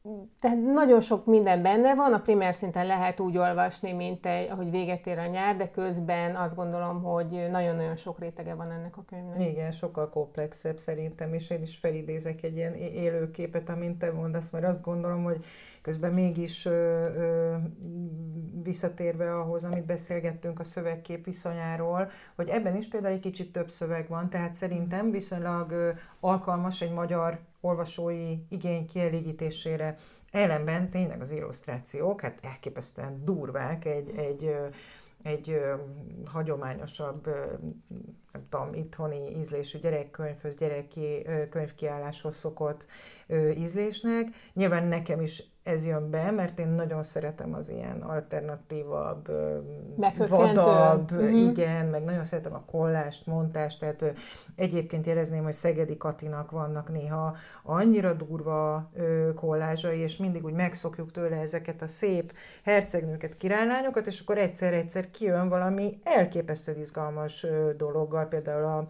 tehát nagyon sok minden benne van, a primer szinten lehet úgy olvasni, mint egy, ahogy véget ér a nyár, de közben azt gondolom, hogy nagyon-nagyon sok rétege van ennek a könyvnek. Igen, sokkal komplexebb szerintem, és én is felidézek egy ilyen élőképet, amint te mondasz, mert azt gondolom, hogy közben mégis ö, ö, visszatérve ahhoz, amit beszélgettünk a szövegkép viszonyáról, hogy ebben is például egy kicsit több szöveg van, tehát szerintem viszonylag ö, alkalmas egy magyar olvasói igény kielégítésére. Ellenben tényleg az illusztrációk, hát elképesztően durvák egy, egy, egy, egy hagyományosabb, nem tudom, itthoni ízlésű gyerekkönyvhöz, gyereki könyvkiálláshoz szokott ízlésnek. Nyilván nekem is ez jön be, mert én nagyon szeretem az ilyen alternatívabb, vadabb, uh-huh. igen, meg nagyon szeretem a kollást, montást, tehát egyébként jelezném, hogy Szegedi Katinak vannak néha annyira durva kollázsai, és mindig úgy megszokjuk tőle ezeket a szép hercegnőket, királylányokat, és akkor egyszer-egyszer kijön valami elképesztő izgalmas dologgal, például a,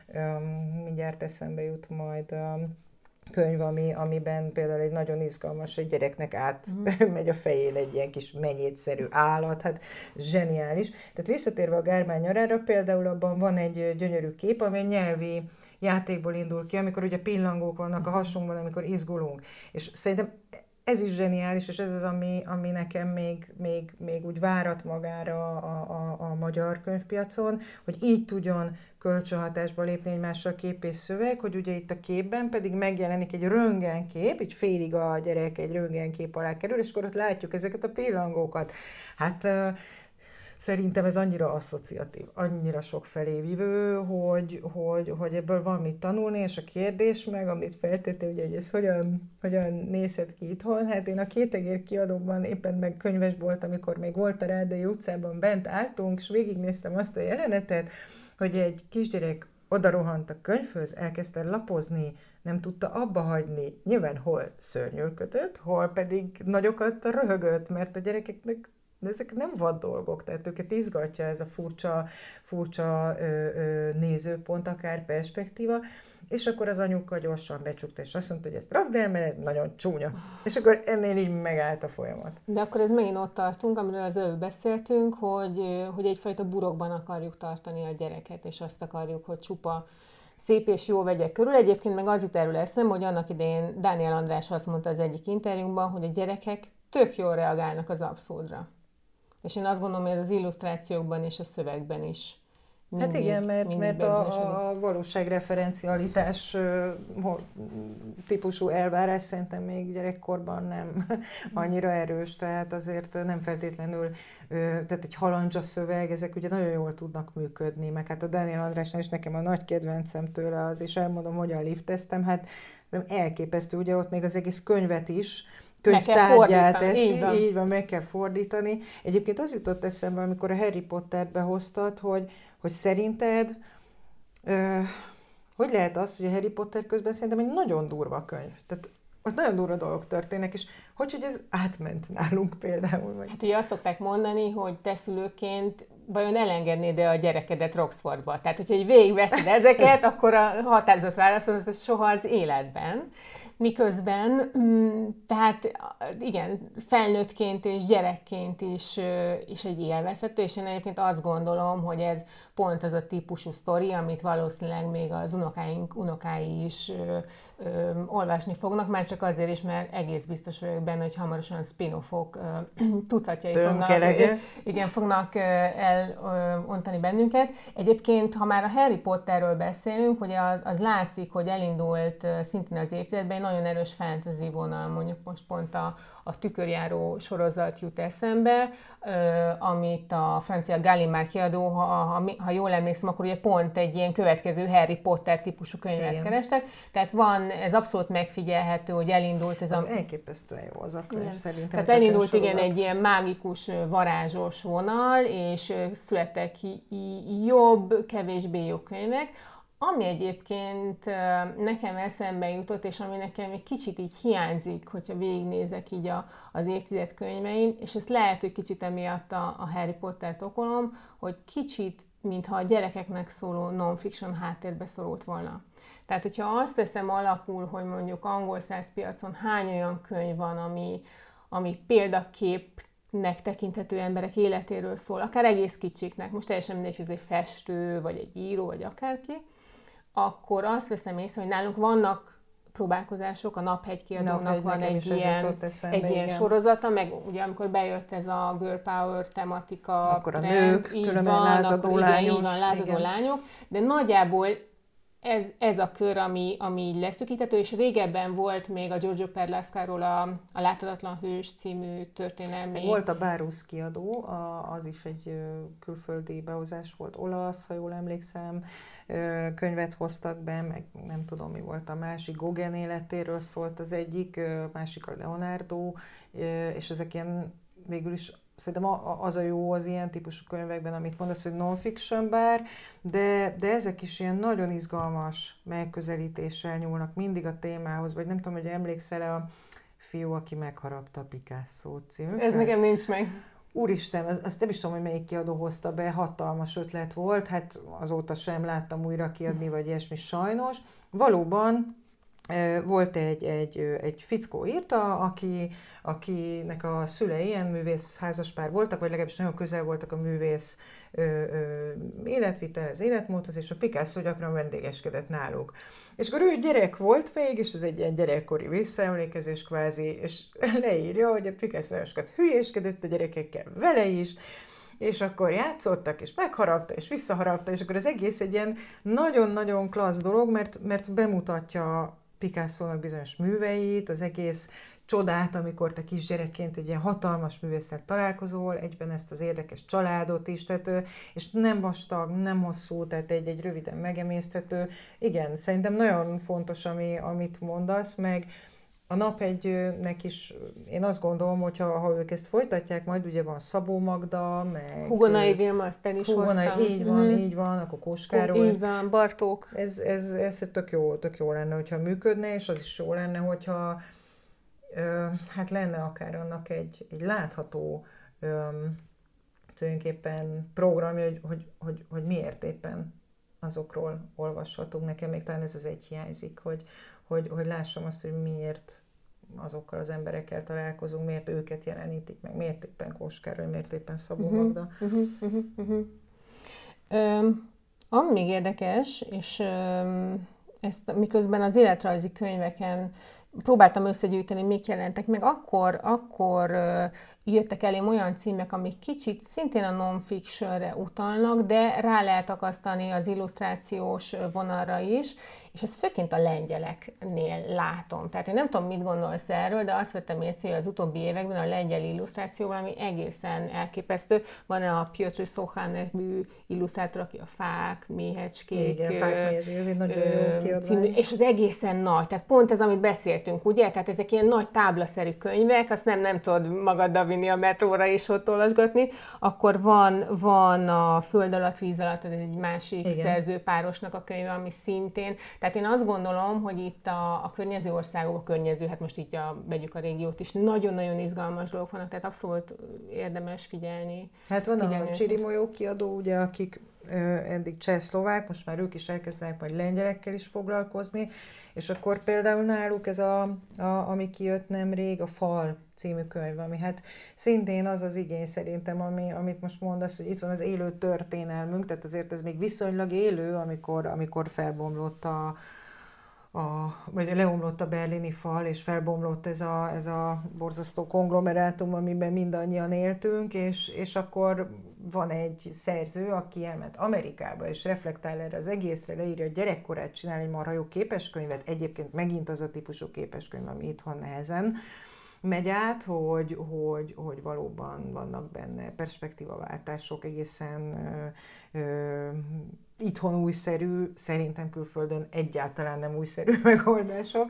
mindjárt eszembe jut majd a könyv, ami, amiben például egy nagyon izgalmas, egy gyereknek átmegy mm. a fején egy ilyen kis menyétszerű állat, hát zseniális. Tehát visszatérve a Gármány nyarára, például abban van egy gyönyörű kép, ami egy nyelvi játékból indul ki, amikor ugye pillangók vannak a hasunkban, amikor izgulunk. És szerintem ez is zseniális, és ez az, ami, ami nekem még, még, még úgy várat magára a, a, a magyar könyvpiacon, hogy így tudjon kölcsönhatásba lépni egymással kép és szöveg, hogy ugye itt a képben pedig megjelenik egy röntgenkép, így félig a gyerek egy röntgenkép alá kerül, és akkor ott látjuk ezeket a pillangókat. Hát uh, szerintem ez annyira asszociatív, annyira sok felé vívő, hogy, hogy, hogy ebből van mit tanulni, és a kérdés meg, amit feltétlenül, ugye, hogy ez hogyan, hogyan nézhet ki itthon, hát én a Kétegér kiadóban éppen meg könyvesbolt, amikor még volt a Rádai utcában, bent álltunk, és végignéztem azt a jelenetet, hogy egy kisgyerek oda rohant a könyvhöz, elkezdte lapozni, nem tudta abba hagyni. Nyilván hol szörnyűködött, hol pedig nagyokat röhögött, mert a gyerekeknek de ezek nem vad dolgok, tehát őket izgatja ez a furcsa, furcsa ö, ö, nézőpont, akár perspektíva, és akkor az anyuka gyorsan becsukta, és azt mondta, hogy ezt rakd el, mert ez nagyon csúnya. És akkor ennél így megállt a folyamat. De akkor ez megint ott tartunk, amiről az előbb beszéltünk, hogy, hogy egyfajta burokban akarjuk tartani a gyereket, és azt akarjuk, hogy csupa szép és jó vegyek körül. Egyébként meg az jut erről eszembe, hogy annak idején Dániel András azt mondta az egyik interjúmban, hogy a gyerekek tök jól reagálnak az abszurdra. És én azt gondolom, hogy ez az illusztrációkban és a szövegben is mindig, hát igen, mert, mert a, a valóságreferencialitás típusú elvárás szerintem még gyerekkorban nem annyira erős, tehát azért nem feltétlenül, tehát egy halandzsa szöveg, ezek ugye nagyon jól tudnak működni, meg hát a Dániel Andrásnál is nekem a nagy kedvencem tőle az, és elmondom, hogyan lifteztem, hát elképesztő, ugye ott még az egész könyvet is, könyvtárgyát teszi, így van. így van, meg kell fordítani. Egyébként az jutott eszembe, amikor a Harry Pottert behoztad, hogy, hogy szerinted, uh, hogy lehet az, hogy a Harry Potter közben szerintem egy nagyon durva könyv. Tehát ott nagyon durva dolgok történnek, és hogy, hogy ez átment nálunk például. Vagy. Hát ugye azt szokták mondani, hogy te szülőként vajon elengednéd-e a gyerekedet Roxfordba? Tehát, hogyha végigveszed ezeket, akkor a határozott válasz az, hogy soha az életben. Miközben, tehát igen, felnőttként és gyerekként is, is egy élvezhető, és én egyébként azt gondolom, hogy ez pont az a típusú sztori, amit valószínűleg még az unokáink, unokái is ö, ö, olvasni fognak, már csak azért is, mert egész biztos vagyok benne, hogy hamarosan spin-offok tucatjai fognak, igen, fognak elontani bennünket. Egyébként, ha már a Harry Potterről beszélünk, hogy az, az látszik, hogy elindult szintén az évtizedben egy nagyon erős fantasy vonal, mondjuk most pont a, a Tükörjáró sorozat jut eszembe, amit a francia Gallimard kiadó, ha, ha, ha jól emlékszem, akkor ugye pont egy ilyen következő Harry Potter típusú könyvet igen. kerestek. Tehát van, ez abszolút megfigyelhető, hogy elindult ez az a... Az elképesztően jó az a könyv, igen. szerintem. Tehát elindult igen egy ilyen mágikus, varázsos vonal, és születtek jobb, kevésbé jó könyvek. Ami egyébként nekem eszembe jutott, és ami nekem egy kicsit így hiányzik, hogyha végignézek így a, az évtized könyveim, és ezt lehet, hogy kicsit emiatt a, a Harry Pottert okolom, hogy kicsit, mintha a gyerekeknek szóló non-fiction háttérbe szorult volna. Tehát, hogyha azt veszem alapul, hogy mondjuk angol száz piacon hány olyan könyv van, ami, ami példaképnek tekinthető emberek életéről szól, akár egész kicsiknek, most teljesen mindegy, hogy ez egy festő, vagy egy író, vagy akárki, akkor azt veszem észre, hogy nálunk vannak próbálkozások, a Naphegy kiadónak Naphegy, van egy ilyen, egy ilyen sorozata, meg ugye amikor bejött ez a girl power tematika, akkor a nők, így van, lázadó akkor, lányos, igen, így van, lázadó igen. lányok, de nagyjából ez, ez a kör, ami, ami így leszűkíthető, és régebben volt még a Giorgio Perlaskáról a, a Láthatatlan hős című történelmi. Volt a Bárus kiadó, a, az is egy külföldi behozás volt, olasz, ha jól emlékszem, könyvet hoztak be, meg nem tudom mi volt a másik, Gauguin életéről szólt az egyik, másik a Leonardo, és ezek ilyen végül is szerintem az a jó az ilyen típusú könyvekben, amit mondasz, hogy non-fiction bár, de, de ezek is ilyen nagyon izgalmas megközelítéssel nyúlnak mindig a témához, vagy nem tudom, hogy emlékszel a fiú, aki megharapta Picasso című. Ez nekem nincs meg. Úristen, azt az nem is tudom, hogy melyik kiadó hozta be, hatalmas ötlet volt, hát azóta sem láttam újra kiadni, vagy ilyesmi sajnos. Valóban volt egy, egy, egy fickó írta, aki, akinek a szülei ilyen művész házaspár voltak, vagy legalábbis nagyon közel voltak a művész ö, ö, életvitelhez, életmódhoz, és a Picasso gyakran vendégeskedett náluk. És akkor ő gyerek volt még, és ez egy ilyen gyerekkori visszaemlékezés kvázi, és leírja, hogy a Picasso nagyon sokat hülyéskedett a gyerekekkel vele is, és akkor játszottak, és megharapta, és visszaharapta, és akkor az egész egy ilyen nagyon-nagyon klassz dolog, mert, mert bemutatja Picasso-nak bizonyos műveit, az egész csodát, amikor te kisgyerekként egy ilyen hatalmas művésszel találkozol, egyben ezt az érdekes családot is, tehát, és nem vastag, nem hosszú, tehát egy, egy röviden megemészthető. Igen, szerintem nagyon fontos, ami, amit mondasz, meg a Naphegynek is, én azt gondolom, hogy ha, ha ők ezt folytatják, majd ugye van Szabó Magda, meg... Hugonai Vilma, azt el is Hugonai, hoztam. így van, mm-hmm. így van, akkor Kóskároly. Így van, Bartók. Ez, ez, ez tök jó, tök jó lenne, hogyha működne, és az is jó lenne, hogyha ö, hát lenne akár annak egy, egy látható ö, tulajdonképpen programja, hogy, hogy, hogy, hogy miért éppen azokról olvashatunk. Nekem még talán ez az egy hiányzik, hogy, hogy, hogy lássam azt, hogy miért azokkal az emberekkel találkozunk, miért őket jelenítik meg, miért éppen Kóskároly, miért éppen Szabó uh-huh, Magda. Uh-huh, uh-huh, uh-huh. Um, ami még érdekes, és um, ezt miközben az életrajzi könyveken próbáltam összegyűjteni, mik jelentek meg, akkor, akkor uh, jöttek elém olyan címek, amik kicsit szintén a non-fictionre utalnak, de rá lehet akasztani az illusztrációs vonalra is, és ezt főként a lengyeleknél látom. Tehát én nem tudom, mit gondolsz erről, de azt vettem észre, hogy az utóbbi években a lengyel illusztráció valami egészen elképesztő. Van a Piotr Sochán nevű illusztrátor, aki a Fák, Méhecskék. Igen, Fák, Méhecskék, ez egy nagyon jó kiadvány. És az egészen nagy, tehát pont ez, amit beszéltünk, ugye? Tehát ezek ilyen nagy táblaszerű könyvek, azt nem, nem tudod magaddal vinni a metróra és ott olvasgatni. Akkor van, van a Föld alatt, víz alatt, ez egy másik igen. szerzőpárosnak a könyve, ami szintén. Tehát én azt gondolom, hogy itt a, a környező országok, a környező, hát most így a, vegyük a régiót is, nagyon-nagyon izgalmas dolgok vannak, tehát abszolút érdemes figyelni. Hát van figyelni. A Csirimolyó kiadó, ugye, akik ö, eddig cseh-szlovák, most már ők is elkezdenek majd lengyelekkel is foglalkozni, és akkor például náluk ez a, a ami kijött nemrég, a Fal című könyv, ami hát szintén az az igény szerintem, ami, amit most mondasz, hogy itt van az élő történelmünk, tehát azért ez még viszonylag élő, amikor, amikor felbomlott a, a, vagy leomlott a berlini fal, és felbomlott ez a, ez a borzasztó konglomerátum, amiben mindannyian éltünk, és, és akkor van egy szerző, aki elment Amerikába, és reflektál erre az egészre, leírja, hogy gyerekkorát csinál egy marha jó képeskönyvet, egyébként megint az a típusú képeskönyv, ami itthon nehezen megy át, hogy, hogy, hogy valóban vannak benne perspektívaváltások, egészen ö, ö, itthon újszerű, szerintem külföldön egyáltalán nem újszerű megoldások,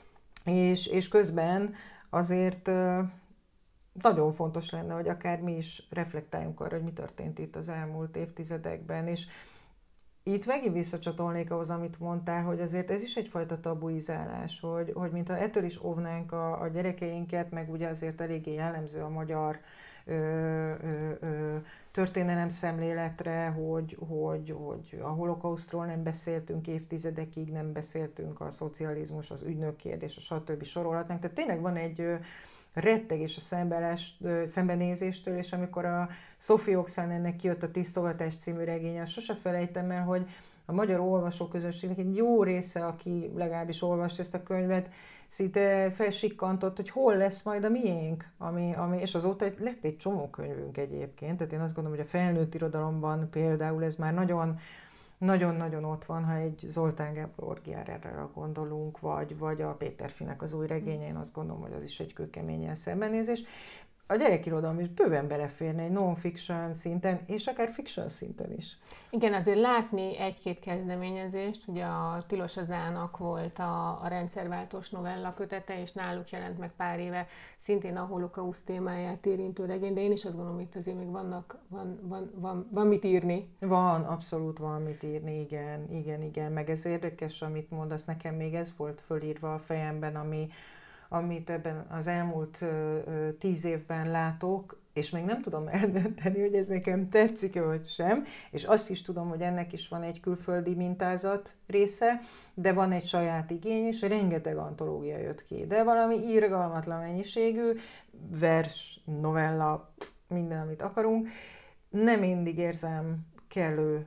és, és közben azért ö, nagyon fontos lenne, hogy akár mi is reflektáljunk arra, hogy mi történt itt az elmúlt évtizedekben, és itt megint visszacsatolnék ahhoz, amit mondtál, hogy azért ez is egyfajta tabuizálás, hogy, hogy mintha ettől is óvnánk a, a gyerekeinket, meg ugye azért eléggé jellemző a magyar ö, ö, ö, történelem szemléletre, hogy, hogy, hogy a holokausztról nem beszéltünk évtizedekig, nem beszéltünk a szocializmus, az ügynök kérdés, a stb. Sorolhatnánk. Tehát tényleg van egy rettegés a szembeállás, szembenézéstől, és amikor a Sophie Oksanennek kijött a Tisztogatás című regénye, sose felejtem el, hogy a magyar olvasóközönségnek egy jó része, aki legalábbis olvast ezt a könyvet, szinte felsikkantott, hogy hol lesz majd a miénk, ami, ami, és azóta lett egy csomó könyvünk egyébként, tehát én azt gondolom, hogy a felnőtt irodalomban például ez már nagyon, nagyon-nagyon ott van, ha egy Zoltán Gábor Orgiárára gondolunk, vagy, vagy a Péter Finek az új regénye, én azt gondolom, hogy az is egy kőkeményen szembenézés. A gyerekirodalom is bőven beleférne egy non-fiction szinten, és akár fiction szinten is. Igen, azért látni egy-két kezdeményezést, ugye a Tilos Azának volt a, a rendszerváltós novella kötete, és náluk jelent meg pár éve szintén a holokauszt témáját érintő regény, de én is azt gondolom, hogy itt azért még vannak, van, van, van, van mit írni. Van, abszolút van mit írni, igen, igen, igen, meg ez érdekes, amit mondasz, nekem még ez volt fölírva a fejemben, ami amit ebben az elmúlt ö, ö, tíz évben látok, és még nem tudom eldönteni, hogy ez nekem tetszik vagy sem, és azt is tudom, hogy ennek is van egy külföldi mintázat része, de van egy saját igény is, rengeteg antológia jött ki, de valami irgalmatlan mennyiségű vers, novella, minden, amit akarunk, nem mindig érzem kellő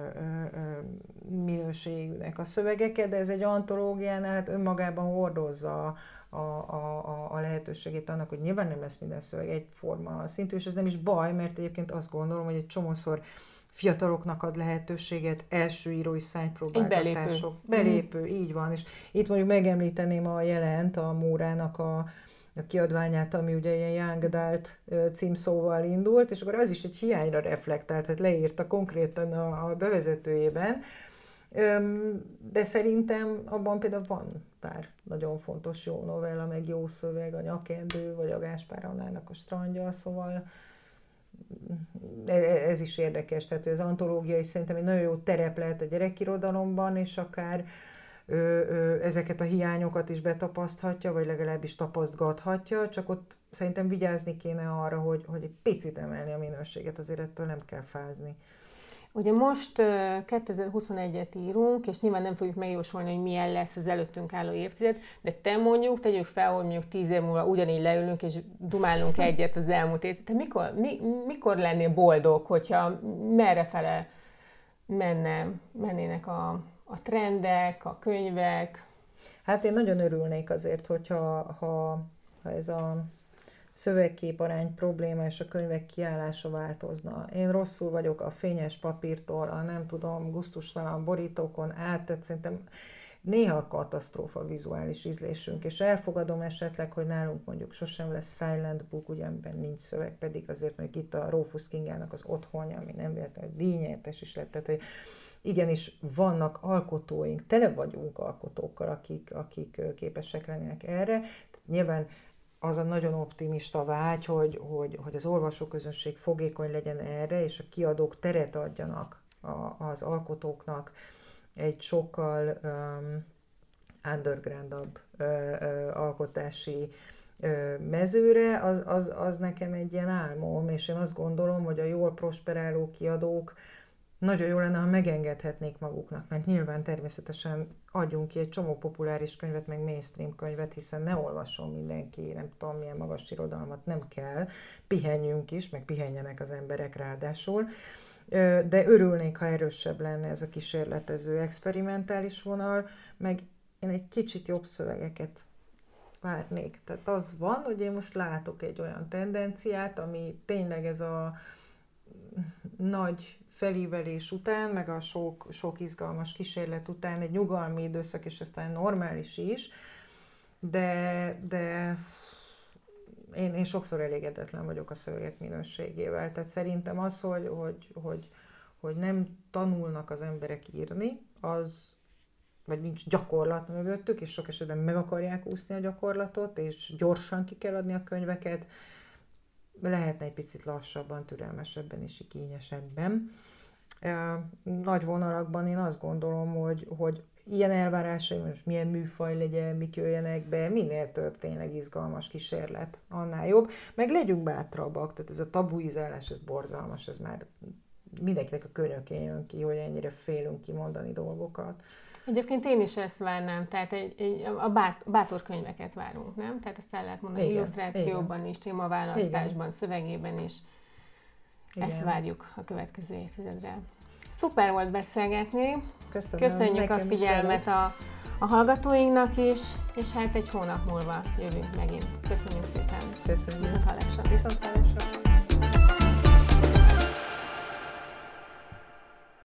minőségűnek a szövegeket, de ez egy antológiánál hát önmagában hordozza a, a, a, a lehetőségét annak, hogy nyilván nem lesz minden szöveg egyforma szintű, és ez nem is baj, mert egyébként azt gondolom, hogy egy csomószor fiataloknak ad lehetőséget, első írói szánypróbáltatások. Belépő. Belépő, mm. így van, és itt mondjuk megemlíteném a Jelent, a Mórának a, a kiadványát, ami ugye ilyen Young Adult címszóval indult, és akkor az is egy hiányra reflektált, tehát leírta konkrétan a, a bevezetőjében, de szerintem abban például van pár nagyon fontos jó novella, meg jó szöveg, a Nyakendő, vagy a Gáspár Annának a Strandja, szóval ez is érdekes, tehát az antológia is szerintem egy nagyon jó terep lehet a gyerekirodalomban, és akár ö, ö, ezeket a hiányokat is betapaszthatja, vagy legalábbis tapasztgathatja, csak ott szerintem vigyázni kéne arra, hogy, hogy egy picit emelni a minőséget, azért ettől nem kell fázni. Ugye most kétezer-huszonegyet írunk, és nyilván nem fogjuk megjósolni, hogy milyen lesz az előttünk álló évtized, de te mondjuk, tegyük fel, hogy mondjuk tíz év múlva ugyanígy leülünk, és dumálunk egyet az elmúlt évtized. Te mikor, mi, mikor lennél boldog, hogyha merrefele menne, mennének a, a trendek, a könyvek? Hát én nagyon örülnék azért, hogyha ha, ha ez a szövegképarány probléma és a könyvek kiállása változna. Én rosszul vagyok a fényes papírtól, a nem tudom, gusztustalan borítókon át, tehát szerintem néha katasztrófa vizuális ízlésünk, és elfogadom esetleg, hogy nálunk mondjuk sosem lesz silent book, ugye amiben nincs szöveg, pedig azért mondjuk itt a Rófusz Kingának az otthonja, ami nem véletlenül díjnyertes is lett, tehát hogy igenis vannak alkotóink, tele vagyunk alkotókkal, akik, akik képesek lennének erre. Tehát nyilván az a nagyon optimista vágy, hogy, hogy, hogy az olvasóközönség fogékony legyen erre, és a kiadók teret adjanak a, az alkotóknak egy sokkal um, undergroundabb uh, uh, alkotási uh, mezőre, az, az, az nekem egy ilyen álmom, és én azt gondolom, hogy a jól prosperáló kiadók nagyon jó lenne, ha megengedhetnék maguknak, mert nyilván természetesen adjunk ki egy csomó populáris könyvet, meg mainstream könyvet, hiszen ne olvasson mindenki, nem tudom milyen magas irodalmat, nem kell, pihenjünk is, meg pihenjenek az emberek ráadásul, de örülnék, ha erősebb lenne ez a kísérletező, experimentális vonal, meg én egy kicsit jobb szövegeket várnék. Tehát az van, hogy én most látok egy olyan tendenciát, ami tényleg ez a nagy felívelés után, meg a sok, sok izgalmas kísérlet után egy nyugalmi időszak, és aztán normális is, de, de én, én sokszor elégedetlen vagyok a szövegek minőségével. Tehát szerintem az, hogy, hogy, hogy, hogy nem tanulnak az emberek írni, az, vagy nincs gyakorlat mögöttük, és sok esetben meg akarják úszni a gyakorlatot, és gyorsan ki kell adni a könyveket, lehetne egy picit lassabban, türelmesebben és igényesebben. Nagy vonalakban én azt gondolom, hogy, hogy ilyen elvárásaim, most milyen műfaj legyen, mik jöjjenek be, minél több tényleg izgalmas kísérlet, annál jobb. Meg legyünk bátrabbak, tehát ez a tabuizálás, ez borzalmas, ez már mindenkinek a könyökén jön ki, hogy ennyire félünk kimondani dolgokat. Egyébként én is ezt várnám, tehát egy, egy, a bát, bátor könyveket várunk, nem? Tehát ezt el lehet mondani, igen, illusztrációban igen. is, témaválasztásban, igen. szövegében is. Igen. Ezt várjuk a következő évtizedre. Szuper volt beszélgetni. Köszönöm. Köszönjük a figyelmet a, a hallgatóinknak is, és hát egy hónap múlva jövünk megint. Köszönjük szépen. Köszönjük. Viszonthallásra. Viszonthallásra.